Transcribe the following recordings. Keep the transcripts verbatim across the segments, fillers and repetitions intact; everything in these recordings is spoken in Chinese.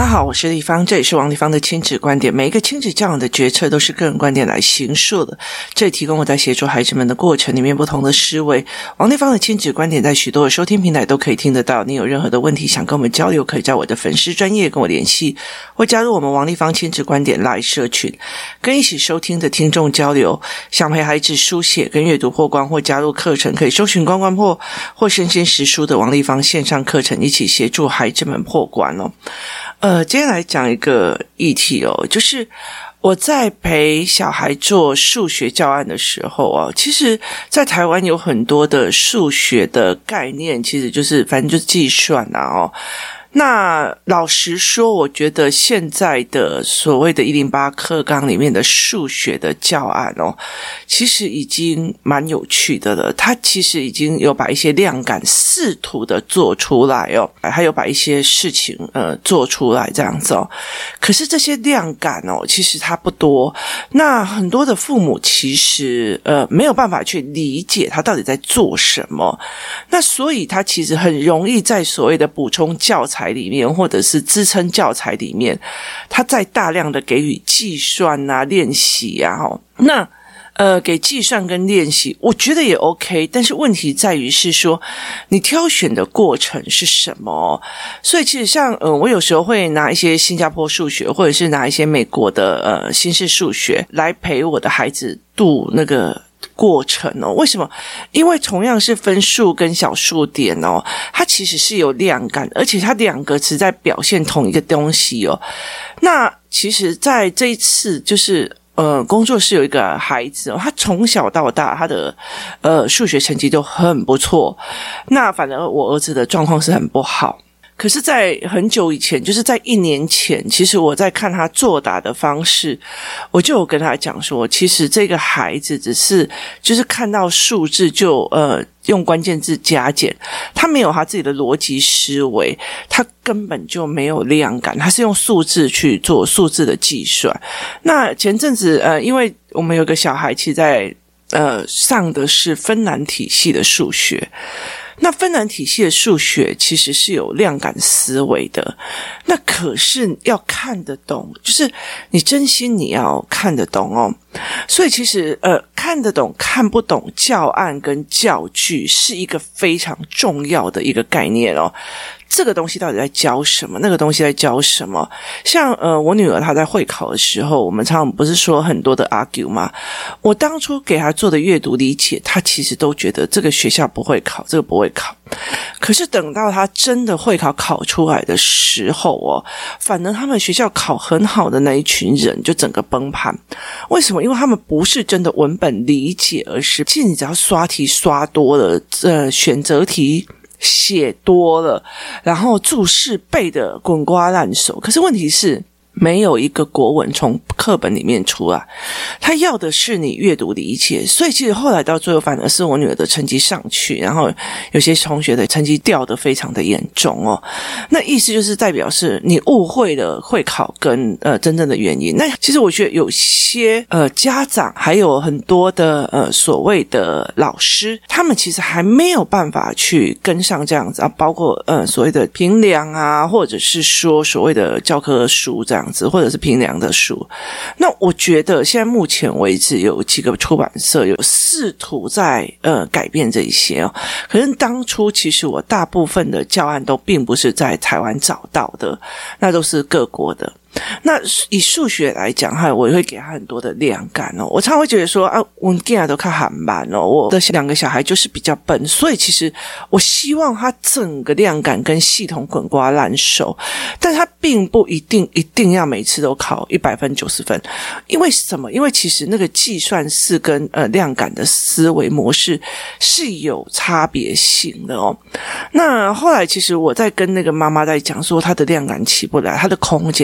好，我是立方，这也是王立方的亲子观点。每一个亲子教养的决策都是个人观点来形塑的，这里提供我在协助孩子们的过程里面不同的思维。王立方的亲子观点在许多的收听平台都可以听得到。你有任何的问题想跟我们交流，可以在我的粉丝专页跟我联系，或加入我们王立方亲子观点 LINE 社群，跟一起收听的听众交流。想陪孩子书写跟阅读破关，或加入课程，可以搜寻关关破或身先识书的王立方线上课程，一起协助孩子们破关哦。呃，今天来讲一个议题哦，就是我在陪小孩做数学教案的时候啊，其实在台湾有很多的数学的概念，其实就是反正就是计算啊哦。那老实说，我觉得现在的所谓的一零八课纲里面的数学的教案哦，其实已经蛮有趣的了。它其实已经有把一些量感试图的做出来哦，还有把一些事情呃做出来这样子哦。可是这些量感哦，其实它不多。那很多的父母其实呃没有办法去理解他到底在做什么。那所以他其实很容易在所谓的补充教材里面，或者是支撑教材里面，他在大量的给予计算啊、练习啊，齁，那呃给计算跟练习，我觉得也 OK， 但是问题在于是说，你挑选的过程是什么？所以其实像呃，我有时候会拿一些新加坡数学，或者是拿一些美国的呃新式数学来陪我的孩子度那个过程哦。为什么？因为同样是分数跟小数点哦，它其实是有量感，而且它两个是在表现同一个东西哦。那其实在这一次就是呃工作室有一个孩子哦，他从小到大他的呃数学成绩都很不错，那反而我儿子的状况是很不好。可是在很久以前，就是在一年前，其实我在看他作答的方式，我就有跟他讲说，其实这个孩子只是就是看到数字就呃用关键字加减，他没有他自己的逻辑思维，他根本就没有量感，他是用数字去做数字的计算。那前阵子呃因为我们有个小孩其实在呃上的是芬兰体系的数学，那芬兰体系的数学其实是有量感思维的，那可是要看得懂，就是你真心你要看得懂哦。所以其实呃看得懂看不懂教案跟教具是一个非常重要的一个概念哦。这个东西到底在教什么？那个东西在教什么？像呃，我女儿她在会考的时候，我们常常不是说很多的 argue 吗？我当初给她做的阅读理解，她其实都觉得这个学校不会考，这个不会考。可是等到她真的会考考出来的时候哦，反而他们学校考很好的那一群人就整个崩盘。为什么？因为他们不是真的文本理解，而是其实你只要刷题刷多了，呃，选择题写多了，然后注释背得滚瓜烂熟，可是问题是没有一个国文从课本里面出来，他要的是你阅读理解。所以其实后来到最后反而是我女儿的成绩上去，然后有些同学的成绩掉得非常的严重哦。那意思就是代表是你误会了会考跟呃真正的原因。那其实我觉得有些呃家长还有很多的呃所谓的老师，他们其实还没有办法去跟上这样子啊，包括呃所谓的评量啊，或者是说所谓的教科书这样子，或者是评量的书。那我觉得现在目前为止有几个出版社有试图在呃改变这一些哦。可是当初其实我大部分的教案都并不是在台湾找到的，那都是各国的。那以数学来讲哈，我也会给他很多的量感哦。我常常会觉得说啊，我们现在都看很慢哦，我的两个小孩就是比较笨，所以其实我希望他整个量感跟系统滚瓜烂熟，但他并不一定一定要每次都考一百分九十分。因为什么？因为其实那个计算式跟呃量感的思维模式是有差别性的哦。那后来其实我在跟那个妈妈在讲说，她的量感起不来，她的空间感也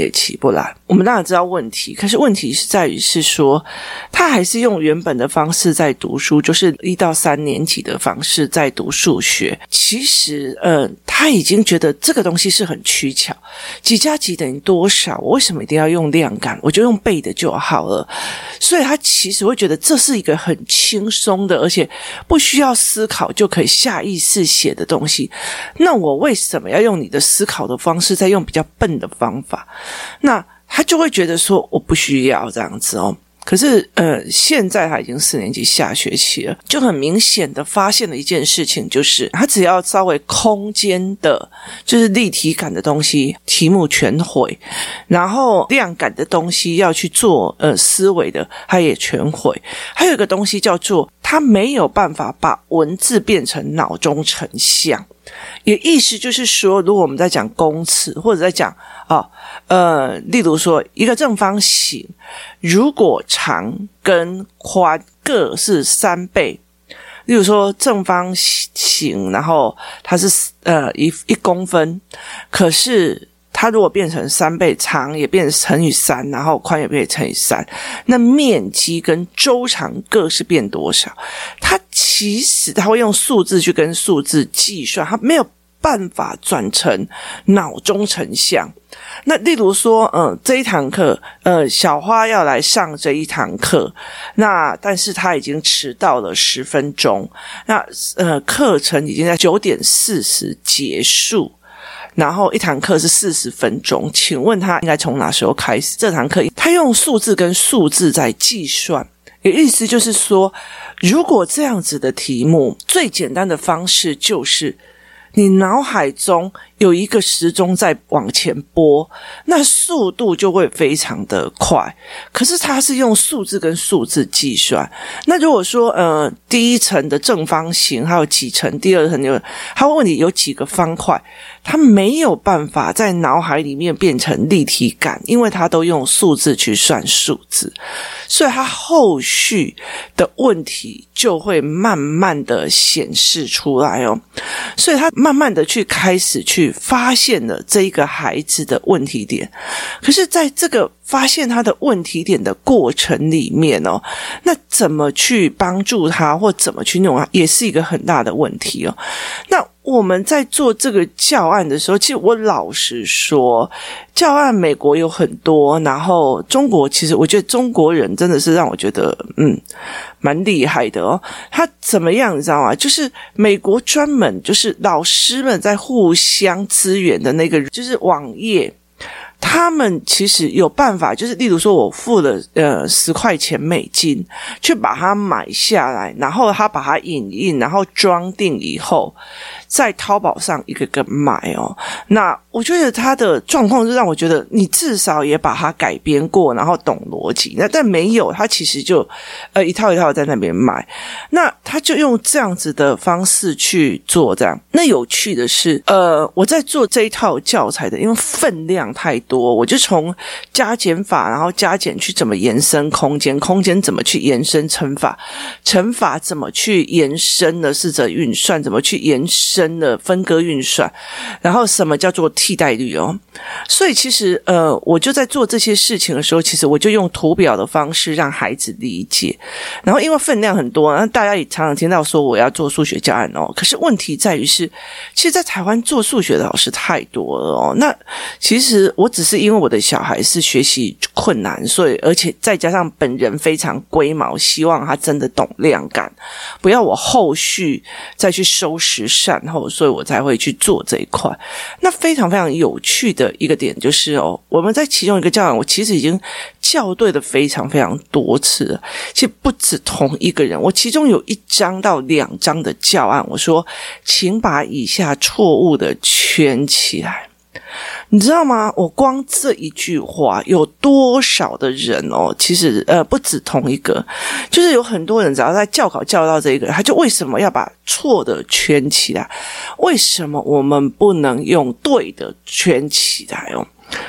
也起不来。我们当然知道问题，可是问题是在于是说他还是用原本的方式在读书，就是一到三年级的方式在读数学。其实呃，他已经觉得这个东西是很取巧，几加几等于多少，我为什么一定要用量感，我就用背的就好了。所以他其实会觉得这是一个很轻松的，而且不需要思考就可以下意识写的东西，那我为什么要用你的思考的方式，再用比较笨的方法？那他就会觉得说我不需要这样子哦。可是呃，现在他已经四年级下学期了，就很明显的发现了一件事情，就是他只要稍微空间的就是立体感的东西题目全毁，然后量感的东西要去做呃思维的他也全毁。还有一个东西叫做他没有办法把文字变成脑中成像，也意思就是说，如果我们在讲公式或者在讲哦呃，例如说一个正方形，如果长跟宽各是三倍，例如说正方形，然后它是呃一一公分，可是它如果变成三倍，长也变成乘以三，然后宽也变成乘以三，那面积跟周长各是变多少？它其实它会用数字去跟数字计算，它没有办法转成脑中成像。那例如说呃这一堂课呃小花要来上这一堂课，那但是她已经迟到了十分钟，那呃课程已经在九点四十结束，然后一堂课是四十分钟，请问他应该从哪时候开始？这堂课他用数字跟数字在计算，也意思就是说，如果这样子的题目，最简单的方式就是你脑海中有一个时钟在往前拨，那速度就会非常的快。可是它是用数字跟数字计算。那如果说呃第一层的正方形还有几层，第二层有他会问你有几个方块，他没有办法在脑海里面变成立体感，因为他都用数字去算数字，所以他后续的问题就会慢慢的显示出来哦。所以他慢慢的去开始去发现了这一个孩子的问题点，可是在这个发现他的问题点的过程里面哦，那怎么去帮助他或怎么去弄他，也是一个很大的问题哦。那我们在做这个教案的时候，其实我老实说，教案美国有很多，然后中国其实我觉得中国人真的是让我觉得嗯蛮厉害的哦。他怎么样你知道吗？就是美国专门就是老师们在互相资源的那个就是网页，他们其实有办法，就是例如说我付了呃十块钱美金去把它买下来，然后他把它影印，然后装订以后在淘宝上一个个买哦。那我觉得他的状况就让我觉得你至少也把它改编过，然后懂逻辑。那但没有，他其实就呃一套一套在那边买，那他就用这样子的方式去做这样。那有趣的是呃我在做这一套教材的，因为分量太多，我就从加减法，然后加减去怎么延伸空间，空间怎么去延伸乘法，乘法怎么去延伸了四则运算，怎么去延伸了分割运算，然后什么叫做替代率哦。所以其实呃我就在做这些事情的时候，其实我就用图表的方式让孩子理解。然后因为分量很多，那大家也常常听到说我要做数学教案哦，可是问题在于是其实在台湾做数学的老师太多了哦。那其实我只是因为我的小孩是学习困难，所以而且再加上本人非常龟毛，希望他真的懂量感，不要我后续再去收拾善后，所以我才会去做这一块。那非常非常有趣的一个点就是哦，我们在其中一个教案，我其实已经校对的非常非常多次了，其实不止同一个人，我其中有一张到两张的教案，我说请把以下错误的圈起来。你知道吗？我光这一句话有多少的人哦，其实呃不止同一个，就是有很多人只要在教考教到这一个，他就为什么要把错的圈起来？为什么我们不能用对的圈起来哦？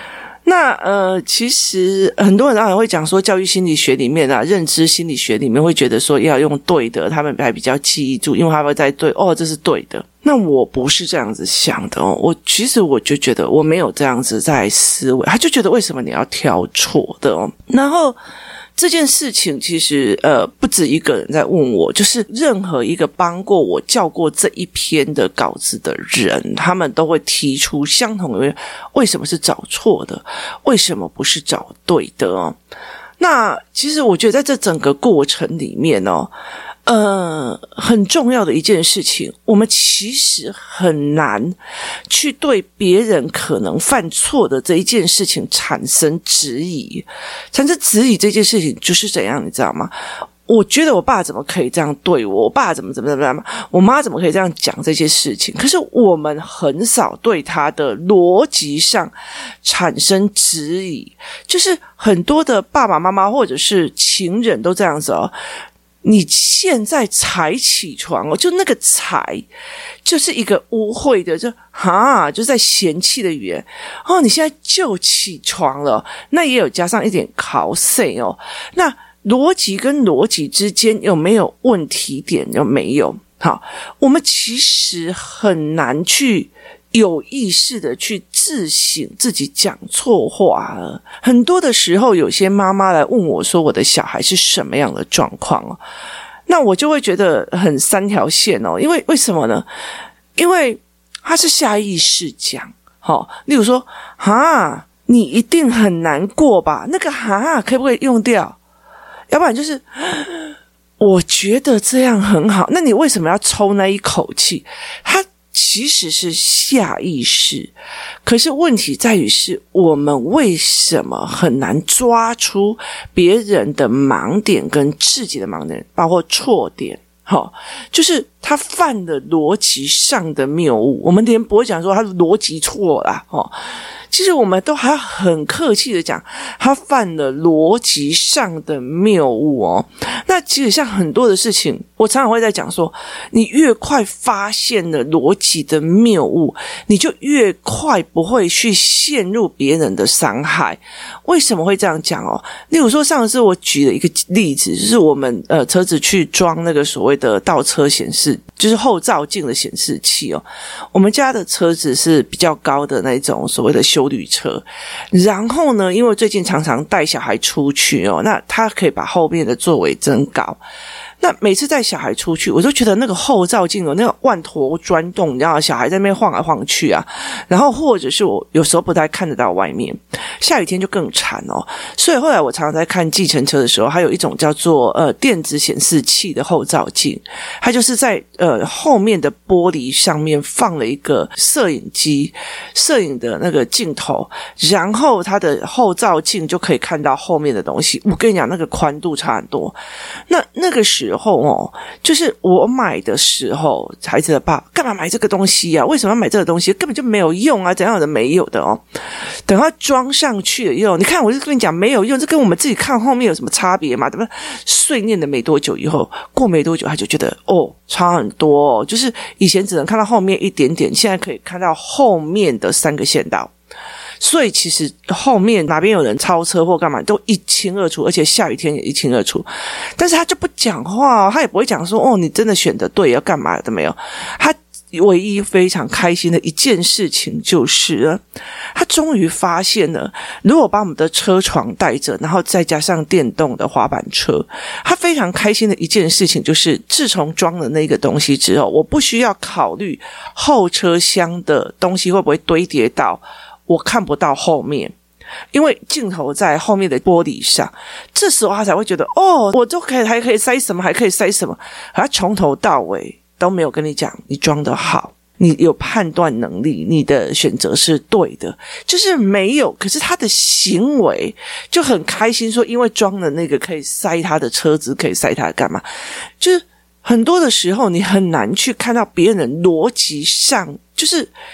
那呃，其实很多人当然会讲说，教育心理学里面啊，认知心理学里面会觉得说要用对的，他们还比较记忆住，因为他会在对哦，这是对的。那我不是这样子想的哦，我其实我就觉得我没有这样子在思维，他就觉得为什么你要挑错的哦，然后。这件事情其实呃不止一个人在问我，就是任何一个帮过我教过这一篇的稿子的人，他们都会提出相同的为什么是找错的，为什么不是找对的哦。那其实我觉得在这整个过程里面哦，呃，很重要的一件事情，我们其实很难去对别人可能犯错的这一件事情产生质疑。产生质疑这件事情就是怎样，你知道吗？我觉得我爸怎么可以这样对我？我爸怎么怎么怎么怎么？我妈怎么可以这样讲这些事情？可是我们很少对他的逻辑上产生质疑，就是很多的爸爸妈妈或者是情人都这样子哦。你现在才起床哦，就那个才就是一个污秽的，就哈，就在嫌弃的语言哦。你现在就起床了，那也有加上一点考试哦。那逻辑跟逻辑之间有没有问题点？有没有？好，我们其实很难去有意识的去自省自己讲错话了。很多的时候，有些妈妈来问我说我的小孩是什么样的状况哦，那我就会觉得很三条线哦。因为为什么呢？因为他是下意识讲，哦，例如说哈，你一定很难过吧？那个哈可不可以用掉？要不然就是我觉得这样很好，那你为什么要抽那一口气？他其实是下意识，可是问题在于是我们为什么很难抓出别人的盲点跟自己的盲点，包括错点。好，就是他犯了逻辑上的谬误，我们连不会讲说他逻辑错啦，哦，其实我们都还要很客气的讲他犯了逻辑上的谬误哦。那其实像很多的事情，我常常会在讲说，你越快发现了逻辑的谬误，你就越快不会去陷入别人的伤害。为什么会这样讲哦？例如说上次我举了一个例子，就是我们呃车子去装那个所谓的倒车显示，就是后照镜的显示器哦。我们家的车子是比较高的那种所谓的休旅车，然后呢，因为最近常常带小孩出去哦，那他可以把后面的座位增高。那每次带小孩出去，我就觉得那个后照镜有那个万头钻动，你知道小孩在那边晃来晃去啊，然后或者是我有时候不太看得到外面，下雨天就更惨哦。所以后来我常常在看计程车的时候，还有一种叫做呃电子显示器的后照镜，它就是在呃后面的玻璃上面放了一个摄影机，摄影的那个镜头，然后它的后照镜就可以看到后面的东西。我跟你讲，那个宽度差很多。那那个时候哦，就是我买的时候，孩子的爸干嘛买这个东西啊？为什么要买这个东西？根本就没有用啊！怎样的没有的哦？等它装上去了以后，你看，我就跟你讲没有用，这跟我们自己看后面有什么差别嘛？对吧？碎念的没多久以后，过没多久他就觉得哦，差很多哦，就是以前只能看到后面一点点，现在可以看到后面的三个线道。所以其实后面哪边有人超车或干嘛都一清二楚，而且下雨天也一清二楚。但是他就不讲话哦，他也不会讲说哦，你真的选得对要干嘛的没有。他唯一非常开心的一件事情就是他终于发现了，如果把我们的车床带着，然后再加上电动的滑板车，他非常开心的一件事情就是自从装了那个东西之后，我不需要考虑后车厢的东西会不会堆叠到我看不到后面，因为镜头在后面的玻璃上，这时候他才会觉得哦，我都可以还可以塞什么还可以塞什么。他从头到尾都没有跟你讲你装得好，你有判断能力，你的选择是对的，就是没有。可是他的行为就很开心说，因为装了那个可以塞他的车子，可以塞他干嘛，就是很多的时候你很难去看到别人逻辑上，就是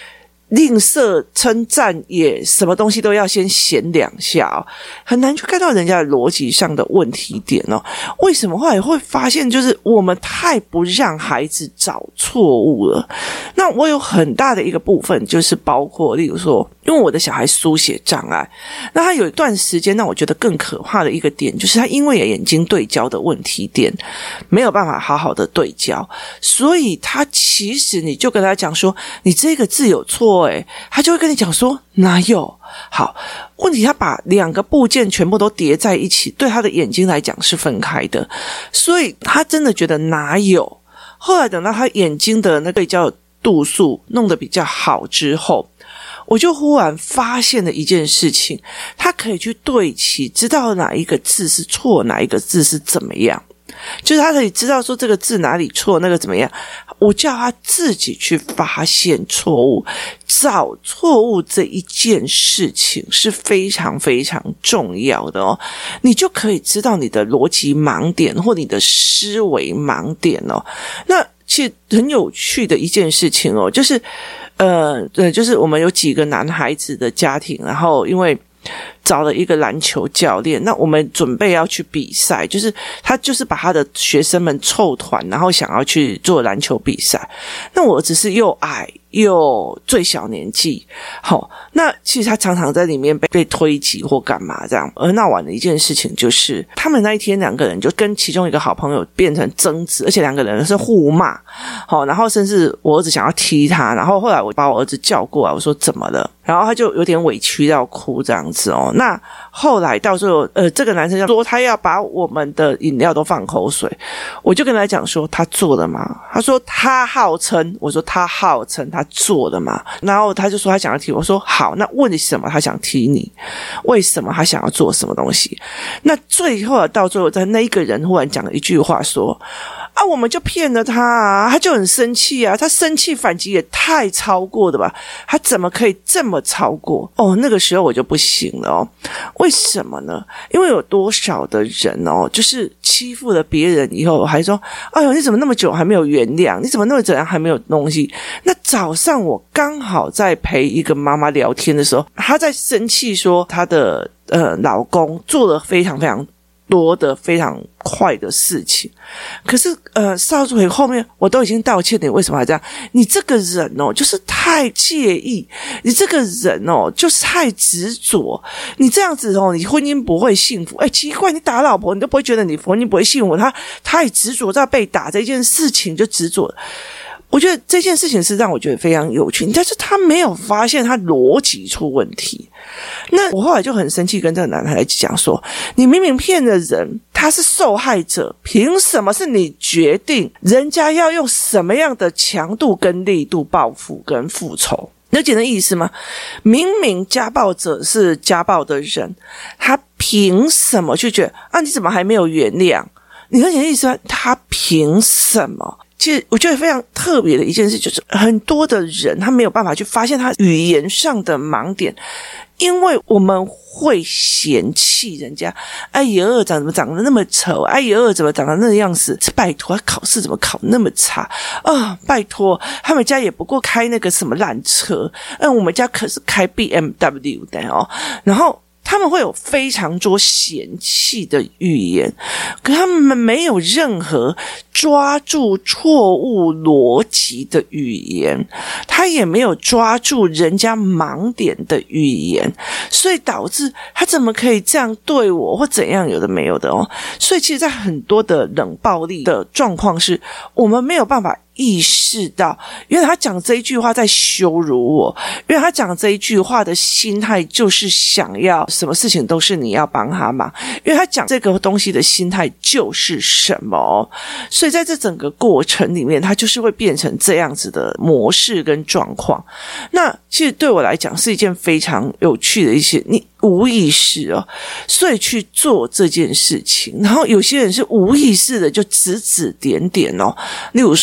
吝啬称赞，也什么东西都要先嫌两下哦，很难去看到人家的逻辑上的问题点哦。为什么后来会发现，就是我们太不让孩子找错误了。那我有很大的一个部分，就是包括例如说，因为我的小孩书写障碍，那他有一段时间让我觉得更可怕的一个点，就是他因为眼睛对焦的问题点没有办法好好的对焦，所以他其实你就跟他讲说，你这个字有错诶，他就会跟你讲说哪有。好，问题他把两个部件全部都叠在一起，对他的眼睛来讲是分开的，所以他真的觉得哪有。后来等到他眼睛的那个叫度数弄得比较好之后，我就忽然发现了一件事情，他可以去对齐，知道哪一个字是错，哪一个字是怎么样，就是他可以知道说这个字哪里错，那个怎么样。我叫他自己去发现错误，找错误这一件事情是非常非常重要的哦。你就可以知道你的逻辑盲点或你的思维盲点哦。那其实很有趣的一件事情哦，就是呃，对，就是我们有几个男孩子的家庭，然后因为找了一个篮球教练，那我们准备要去比赛，就是他就是把他的学生们凑团，然后想要去做篮球比赛。那我只是又矮又最小年纪，好，那其实他常常在里面被被推挤或干嘛这样。而闹完的一件事情就是，他们那一天两个人就跟其中一个好朋友变成争执，而且两个人是互骂，好，然后甚至我儿子想要踢他，然后后来我把我儿子叫过来，我说怎么了？然后他就有点委屈到哭这样子哦。那后来到最后，呃，这个男生就说他要把我们的饮料都放口水，我就跟他讲说他做了吗？他说他号称，我说他号称他做了嘛，然后他就说他想要踢我，说好，那为什么他想踢你？为什么他想要做什么东西？那最后到最后，在那一个人忽然讲了一句话说啊，我们就骗了他啊，他就很生气啊，他生气反击也太超过的吧？他怎么可以这么超过？哦，那个时候我就不行了哦。为什么呢？因为有多少的人哦，就是欺负了别人以后，还说，哎呦，你怎么那么久还没有原谅？你怎么那么怎样还没有东西？那早上我刚好在陪一个妈妈聊天的时候，她在生气说她的呃老公做了非常非常多的非常快的事情，可是呃少主后面我都已经道歉了，你为什么还这样？你这个人哦就是太介意，你这个人哦就是太执着，你这样子哦你婚姻不会幸福。诶奇怪，你打老婆你都不会觉得你婚姻不会幸福，他太执着在被打这件事情就执着了。我觉得这件事情是让我觉得非常有趣，但是他没有发现他逻辑出问题。那我后来就很生气，跟这个男孩子讲说，你明明骗了人，他是受害者，凭什么是你决定人家要用什么样的强度跟力度报复跟复仇？了解那意思吗？明明家暴者是家暴的人，他凭什么去觉得啊你怎么还没有原谅？你了解那意思吗？他凭什么？其实我觉得非常特别的一件事，就是很多的人他没有办法去发现他语言上的盲点，因为我们会嫌弃人家，哎呀长怎么长得那么丑，哎呀怎么长得那样子，拜托他考试怎么考那么差啊？拜托他们家也不过开那个什么烂车，嗯，我们家可是开 B M W 的哦，然后他们会有非常多嫌弃的语言，可他们没有任何抓住错误逻辑的语言，他也没有抓住人家盲点的语言，所以导致他怎么可以这样对我或怎样，有的没有的哦。所以其实在很多的冷暴力的状况是我们没有办法意识到，因为他讲这一句话在羞辱我，因为他讲这一句话的心态就是想要什么事情都是你要帮他忙，因为他讲这个东西的心态就是什么，所以在这整个过程里面他就是会变成这样子的模式跟状况。那其实对我来讲是一件非常有趣的一些你无意识哦，所以去做这件事情，然后有些人是无意识的就指指点点哦，例如说呃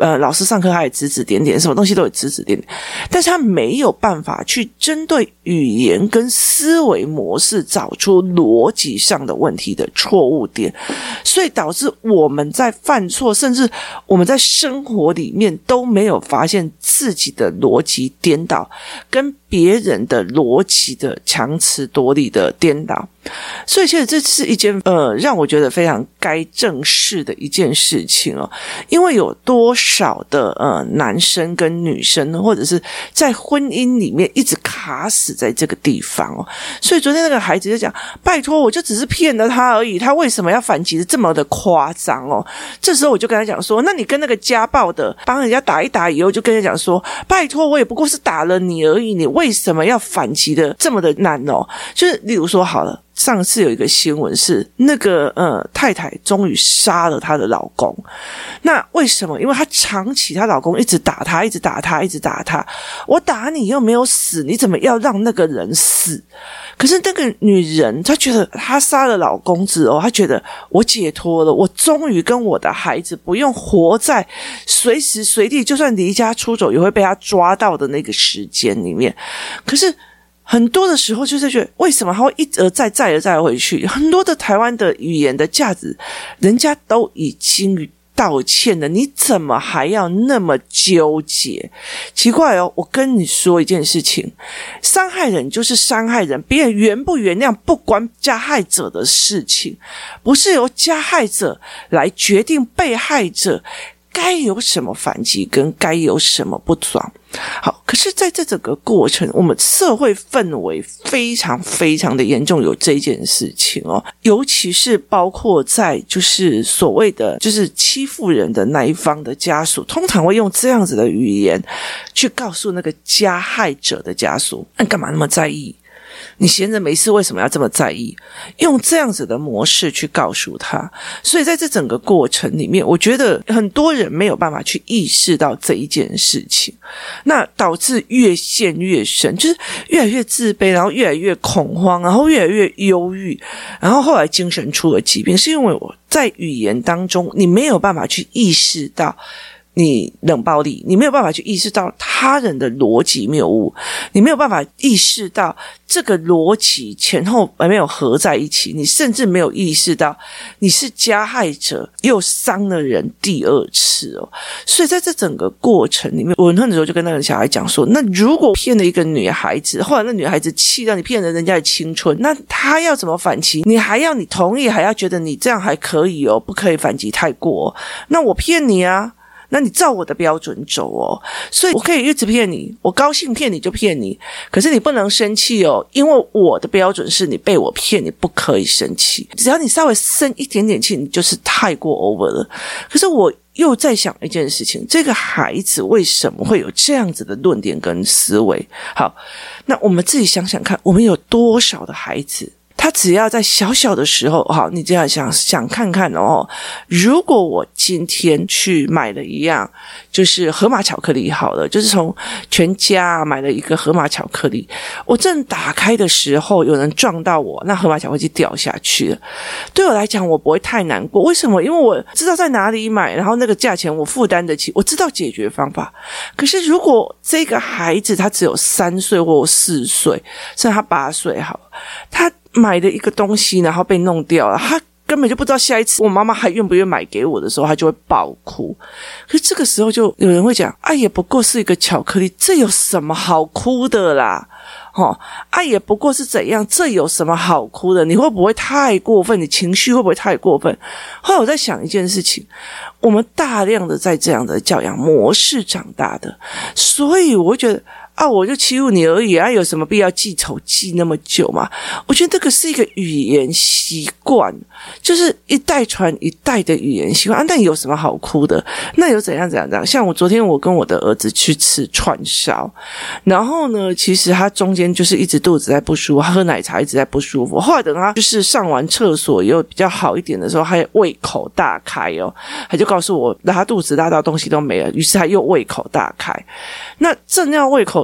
呃，老师上课他也指指点点，什么东西都有指指点点，但是他没有办法去针对语言跟思维模式找出逻辑上的问题的错误点，所以导致我们在犯错，甚至我们在生活里面都没有发现自己的逻辑颠倒，跟别人的逻辑的强词夺理的颠倒。所以其实这是一件呃让我觉得非常该正视的一件事情哦，因为有多少的呃男生跟女生，或者是在婚姻里面一直卡死在这个地方哦。所以昨天那个孩子就讲，拜托，我就只是骗了他而已，他为什么要反击的这么的夸张哦？这时候我就跟他讲说，那你跟那个家暴的帮人家打一打以后，就跟他讲说，拜托，我也不过是打了你而已，你为什么要反击的这么的难哦？就是例如说好了，上次有一个新闻是那个呃太太终于杀了她的老公，那为什么？因为她长期她老公一直打她，一直打她，一直打她。我打你又没有死，你怎么要让那个人死？可是那个女人她觉得她杀了老公之后，她觉得我解脱了，我终于跟我的孩子不用活在随时随地就算离家出走也会被他抓到的那个时间里面。可是很多的时候就是觉得为什么他会一而再再而再回去，很多的台湾的语言的价值人家都已经道歉了，你怎么还要那么纠结？奇怪哦，我跟你说一件事情，伤害人就是伤害人，别人原不原谅不关加害者的事情，不是由加害者来决定被害者该有什么反击跟该有什么不爽。好，可是在这整个过程，我们社会氛围非常非常的严重，有这件事情哦，尤其是包括在就是所谓的就是欺负人的那一方的家属，通常会用这样子的语言去告诉那个加害者的家属，那干嘛那么在意？你闲着没事为什么要这么在意？用这样子的模式去告诉他。所以在这整个过程里面，我觉得很多人没有办法去意识到这一件事情，那导致越陷越深，就是越来越自卑，然后越来越恐慌，然后越来越忧郁，然后后来精神出了疾病，是因为我在语言当中你没有办法去意识到你冷暴力，你没有办法去意识到他人的逻辑谬误，你没有办法意识到这个逻辑前后没有合在一起，你甚至没有意识到你是加害者又伤了人第二次哦。所以在这整个过程里面，我那时候就跟那个小孩讲说，那如果骗了一个女孩子，后来那女孩子气到你骗了人家的青春，那她要怎么反击？你还要你同意，还要觉得你这样还可以哦，不可以反击太过哦。那我骗你啊，那你照我的标准走哦，所以我可以一直骗你，我高兴骗你就骗你，可是你不能生气哦，因为我的标准是你被我骗，你不可以生气，只要你稍微生一点点气，你就是太过 over 了。可是我又在想一件事情，这个孩子为什么会有这样子的论点跟思维？好，那我们自己想想看，我们有多少的孩子他只要在小小的时候，好，你这样想想看看哦，如果我今天去买了一样就是河马巧克力好了，就是从全家买了一个河马巧克力，我正打开的时候有人撞到我，那河马巧克力掉下去了，对我来讲我不会太难过，为什么？因为我知道在哪里买，然后那个价钱我负担得起，我知道解决方法。可是如果这个孩子他只有三岁或四岁，甚至他八岁好了，他买的一个东西然后被弄掉了，他根本就不知道下一次我妈妈还愿不愿意买给我的时候，他就会爆哭。可是这个时候就有人会讲，啊也不过是一个巧克力，这有什么好哭的啦？哦，啊也不过是怎样，这有什么好哭的？你会不会太过分？你情绪会不会太过分？后来我在想一件事情，我们大量的在这样的教养模式长大的，所以我会觉得啊，我就欺负你而已啊，有什么必要记仇记那么久嘛？我觉得这个是一个语言习惯，就是一代传一代的语言习惯啊。那有什么好哭的？那有怎样怎样怎样？像我昨天我跟我的儿子去吃串烧，然后呢，其实他中间就是一直肚子在不舒服，喝奶茶一直在不舒服。后来等他就是上完厕所又比较好一点的时候，他胃口大开哦，他就告诉我，他肚子拉到东西都没了，于是他又胃口大开。那正要胃口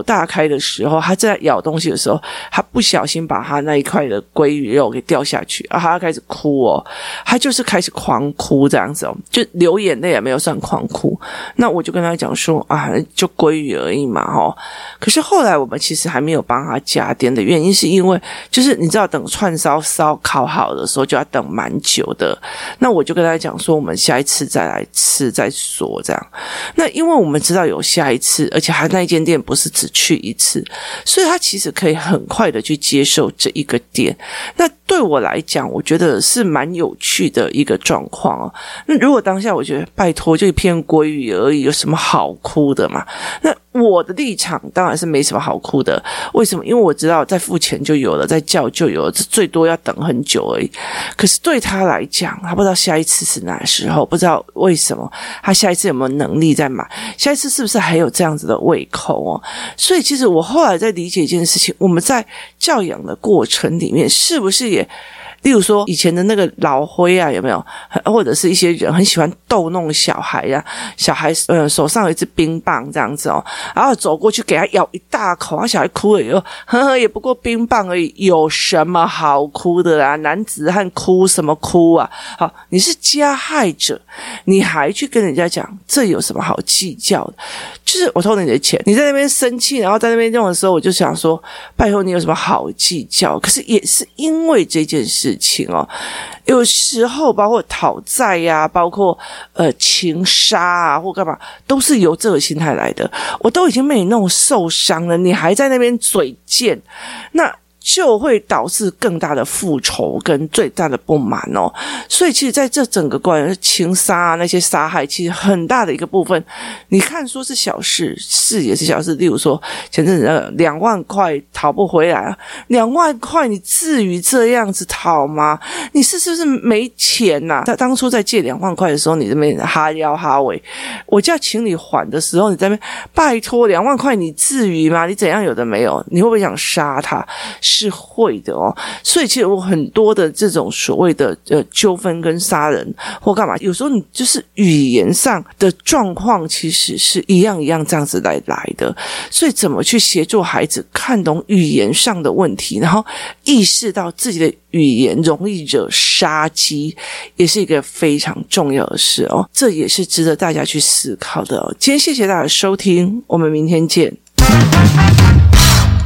口大开的时候，他在咬东西的时候，他不小心把他那一块的鲑鱼肉给掉下去，啊，他开始哭哦，他就是开始狂哭这样子哦，就流眼泪也没有算狂哭。那我就跟他讲说啊，就鲑鱼而已嘛哦。可是后来我们其实还没有帮他加点的原因，是因为就是你知道，等串烧烧烤好的时候就要等蛮久的。那我就跟他讲说，我们下一次再来吃再说这样。那因为我们知道有下一次，而且他那一间店不是只去一次，所以他其实可以很快的去接受这一个点。那对我来讲，我觉得是蛮有趣的一个状况哦。那如果当下我觉得拜托就一片鲑鱼而已，有什么好哭的嘛？那我的立场当然是没什么好哭的。为什么？因为我知道在付钱就有了，在叫就有了，这最多要等很久而已。可是对他来讲，他不知道下一次是哪时候，不知道为什么他下一次有没有能力再买，下一次是不是还有这样子的胃口哦？所以其实我后来在理解一件事情，我们在教养的过程里面是不是也例如说以前的那个老灰啊，有没有？或者是一些人很喜欢逗弄小孩啊，小孩呃手上有一支冰棒这样子哦，然后走过去给他咬一大口，他小孩哭了以后，呵呵，也不过冰棒而已，有什么好哭的啦？男子汉哭什么哭啊？好，你是加害者，你还去跟人家讲，这有什么好计较的？就是我偷你的钱，你在那边生气，然后在那边用的时候，我就想说，拜托你有什么好计较？可是也是因为这件事情哦，有时候包括讨债呀、啊，包括呃情杀啊，或干嘛，都是由这个心态来的。我都已经被你弄受伤了，你还在那边嘴贱，那就会导致更大的复仇跟最大的不满哦。所以其实在这整个关于情杀啊，那些杀害，其实很大的一个部分，你看说是小事，是也是小事。例如说前阵子那个两万块讨不回来啊，两万块你至于这样子讨吗？你是是不是没钱呐、啊？他当初在借两万块的时候，你这边哈腰哈尾，我叫请你还的时候，你在那边拜托两万块，你至于吗？你怎样有的没有？你会不会想杀他？是会的哦。所以其实我很多的这种所谓的呃纠纷跟杀人或干嘛，有时候你就是语言上的状况其实是一样一样这样子来来的。所以怎么去协助孩子看懂语言上的问题，然后意识到自己的语言容易惹杀机，也是一个非常重要的事哦。这也是值得大家去思考的哦。今天谢谢大家的收听，我们明天见。